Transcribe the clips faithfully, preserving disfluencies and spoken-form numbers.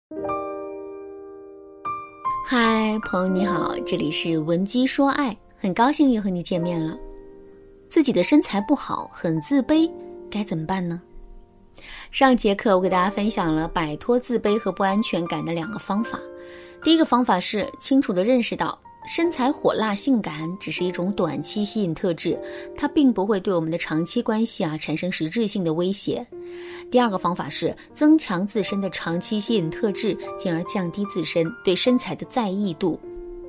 嗨，朋友你好，这里是文姬说爱，很高兴又和你见面了。自己的身材不好，很自卑，该怎么办呢？上节课我给大家分享了摆脱自卑和不安全感的两个方法。第一个方法是清楚地认识到身材火辣性感只是一种短期吸引特质，它并不会对我们的长期关系啊产生实质性的威胁。第二个方法是增强自身的长期吸引特质，进而降低自身对身材的在意度。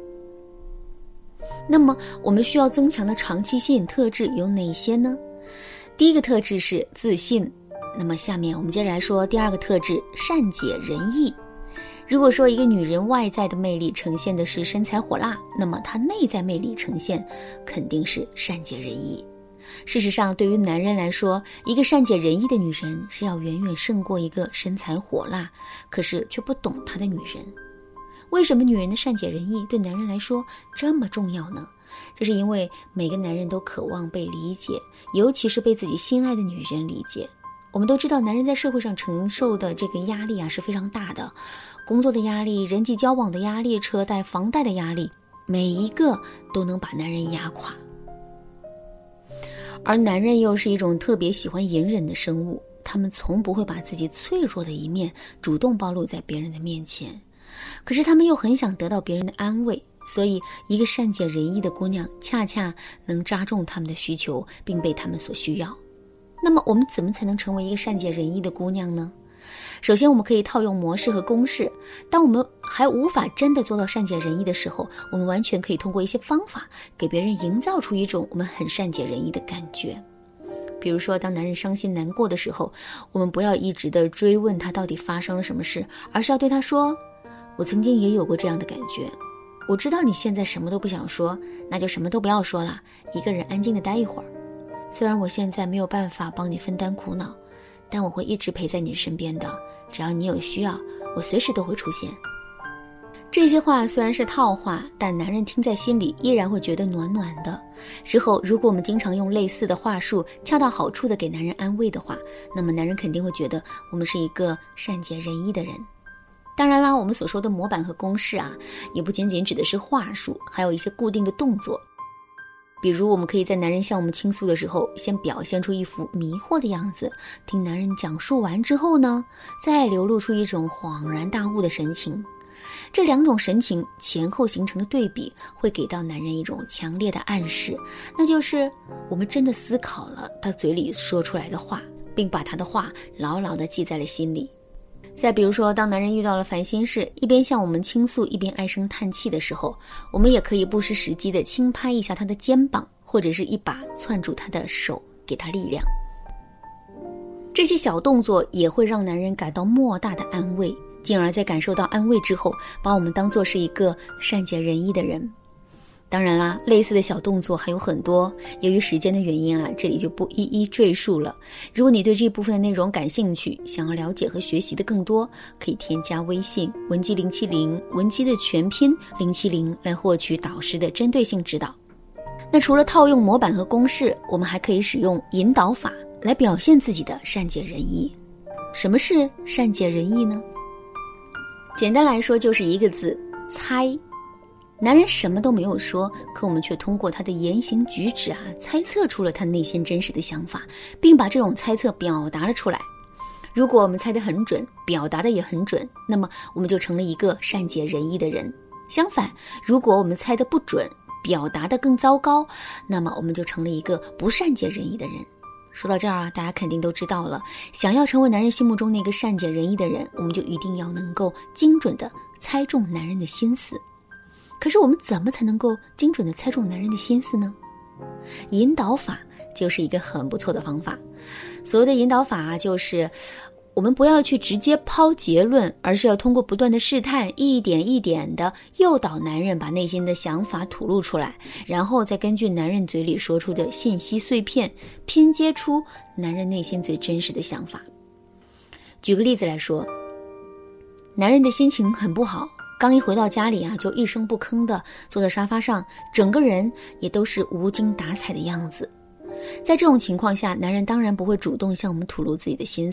那么我们需要增强的长期吸引特质有哪些呢？第一个特质是自信。那么下面我们接着来说第二个特质，善解人意。如果说一个女人外在的魅力呈现的是身材火辣，那么她内在魅力呈现肯定是善解人意。事实上，对于男人来说，一个善解人意的女人是要远远胜过一个身材火辣可是却不懂她的女人。为什么女人的善解人意对男人来说这么重要呢？这是因为每个男人都渴望被理解，尤其是被自己心爱的女人理解。我们都知道，男人在社会上承受的这个压力啊是非常大的，工作的压力、人际交往的压力、车贷、房贷的压力，每一个都能把男人压垮。而男人又是一种特别喜欢隐忍的生物，他们从不会把自己脆弱的一面主动暴露在别人的面前，可是他们又很想得到别人的安慰，所以一个善解人意的姑娘恰恰能扎中他们的需求，并被他们所需要。那么我们怎么才能成为一个善解人意的姑娘呢？首先我们可以套用模式和公式，当我们还无法真的做到善解人意的时候，我们完全可以通过一些方法给别人营造出一种我们很善解人意的感觉。比如说，当男人伤心难过的时候，我们不要一直的追问他到底发生了什么事，而是要对他说，我曾经也有过这样的感觉，我知道你现在什么都不想说，那就什么都不要说了，一个人安静的待一会儿。虽然我现在没有办法帮你分担苦恼，但我会一直陪在你身边的，只要你有需要，我随时都会出现。这些话虽然是套话，但男人听在心里依然会觉得暖暖的。之后如果我们经常用类似的话术，恰到好处的给男人安慰的话，那么男人肯定会觉得我们是一个善解人意的人。当然啦，我们所说的模板和公式啊，也不仅仅指的是话术，还有一些固定的动作。比如我们可以在男人向我们倾诉的时候，先表现出一副迷惑的样子，听男人讲述完之后呢，再流露出一种恍然大悟的神情。这两种神情前后形成的对比，会给到男人一种强烈的暗示，那就是我们真的思考了他嘴里说出来的话，并把他的话牢牢地记在了心里。再比如说，当男人遇到了烦心事，一边向我们倾诉，一边唉声叹气的时候，我们也可以不失时机地轻拍一下他的肩膀，或者是一把攥住他的手，给他力量。这些小动作也会让男人感到莫大的安慰，进而在感受到安慰之后，把我们当作是一个善解人意的人。当然啦，类似的小动作还有很多，由于时间的原因啊，这里就不一一赘述了。如果你对这部分的内容感兴趣，想要了解和学习的更多，可以添加微信文姬零七零，文姬的全拼零七零，来获取导师的针对性指导。那除了套用模板和公式，我们还可以使用引导法来表现自己的善解人意。什么是善解人意呢？简单来说就是一个字，猜。男人什么都没有说，可我们却通过他的言行举止啊，猜测出了他内心真实的想法，并把这种猜测表达了出来。如果我们猜得很准，表达的也很准，那么我们就成了一个善解人意的人。相反，如果我们猜得不准，表达的更糟糕，那么我们就成了一个不善解人意的人。说到这儿啊，大家肯定都知道了，想要成为男人心目中那个善解人意的人，我们就一定要能够精准地猜中男人的心思。可是我们怎么才能够精准地猜中男人的心思呢？引导法就是一个很不错的方法。所谓的引导法啊，就是我们不要去直接抛结论，而是要通过不断的试探，一点一点的诱导男人把内心的想法吐露出来，然后再根据男人嘴里说出的信息碎片，拼接出男人内心最真实的想法。举个例子来说，男人的心情很不好，刚一回到家里啊，就一声不吭地坐在沙发上，整个人也都是无精打采的样子。在这种情况下，男人当然不会主动向我们吐露自己的心思，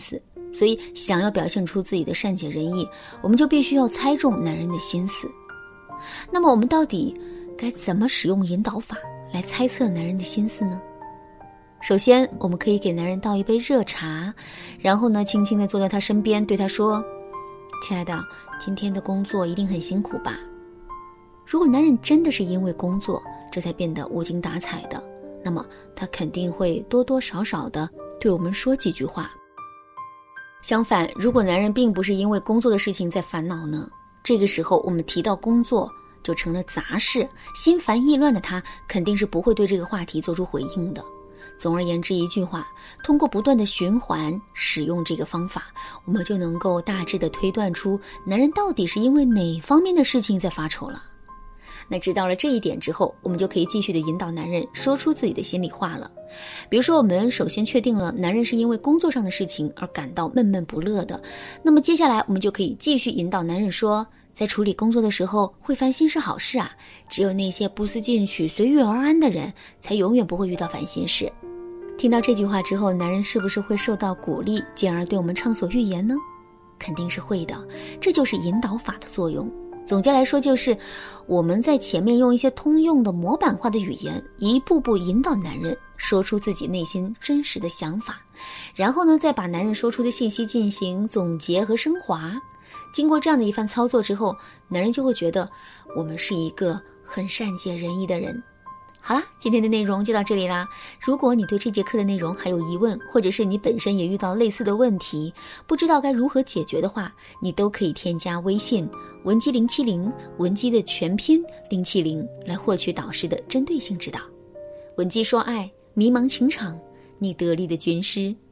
所以想要表现出自己的善解人意，我们就必须要猜中男人的心思。那么我们到底该怎么使用引导法来猜测男人的心思呢？首先，我们可以给男人倒一杯热茶，然后呢，轻轻地坐在他身边，对他说：亲爱的，今天的工作一定很辛苦吧？如果男人真的是因为工作这才变得无精打采的，那么他肯定会多多少少的对我们说几句话。相反，如果男人并不是因为工作的事情在烦恼呢，这个时候我们提到工作就成了杂事，心烦意乱的他肯定是不会对这个话题做出回应的。总而言之，一句话，通过不断的循环使用这个方法，我们就能够大致的推断出男人到底是因为哪方面的事情在发愁了。那知道了这一点之后，我们就可以继续的引导男人说出自己的心里话了。比如说，我们首先确定了男人是因为工作上的事情而感到闷闷不乐的，那么接下来我们就可以继续引导男人说，在处理工作的时候会烦心是好事啊，只有那些不思进取随遇而安的人才永远不会遇到烦心事。听到这句话之后，男人是不是会受到鼓励，进而对我们畅所欲言呢？肯定是会的，这就是引导法的作用。总结来说，就是我们在前面用一些通用的模板化的语言，一步步引导男人说出自己内心真实的想法，然后呢，再把男人说出的信息进行总结和升华。经过这样的一番操作之后，男人就会觉得我们是一个很善解人意的人。好啦，今天的内容就到这里啦。如果你对这节课的内容还有疑问，或者是你本身也遇到类似的问题，不知道该如何解决的话，你都可以添加微信文姬零七零，文姬的全拼零七零，来获取导师的针对性指导。文姬说爱，迷茫情场，你得力的军师。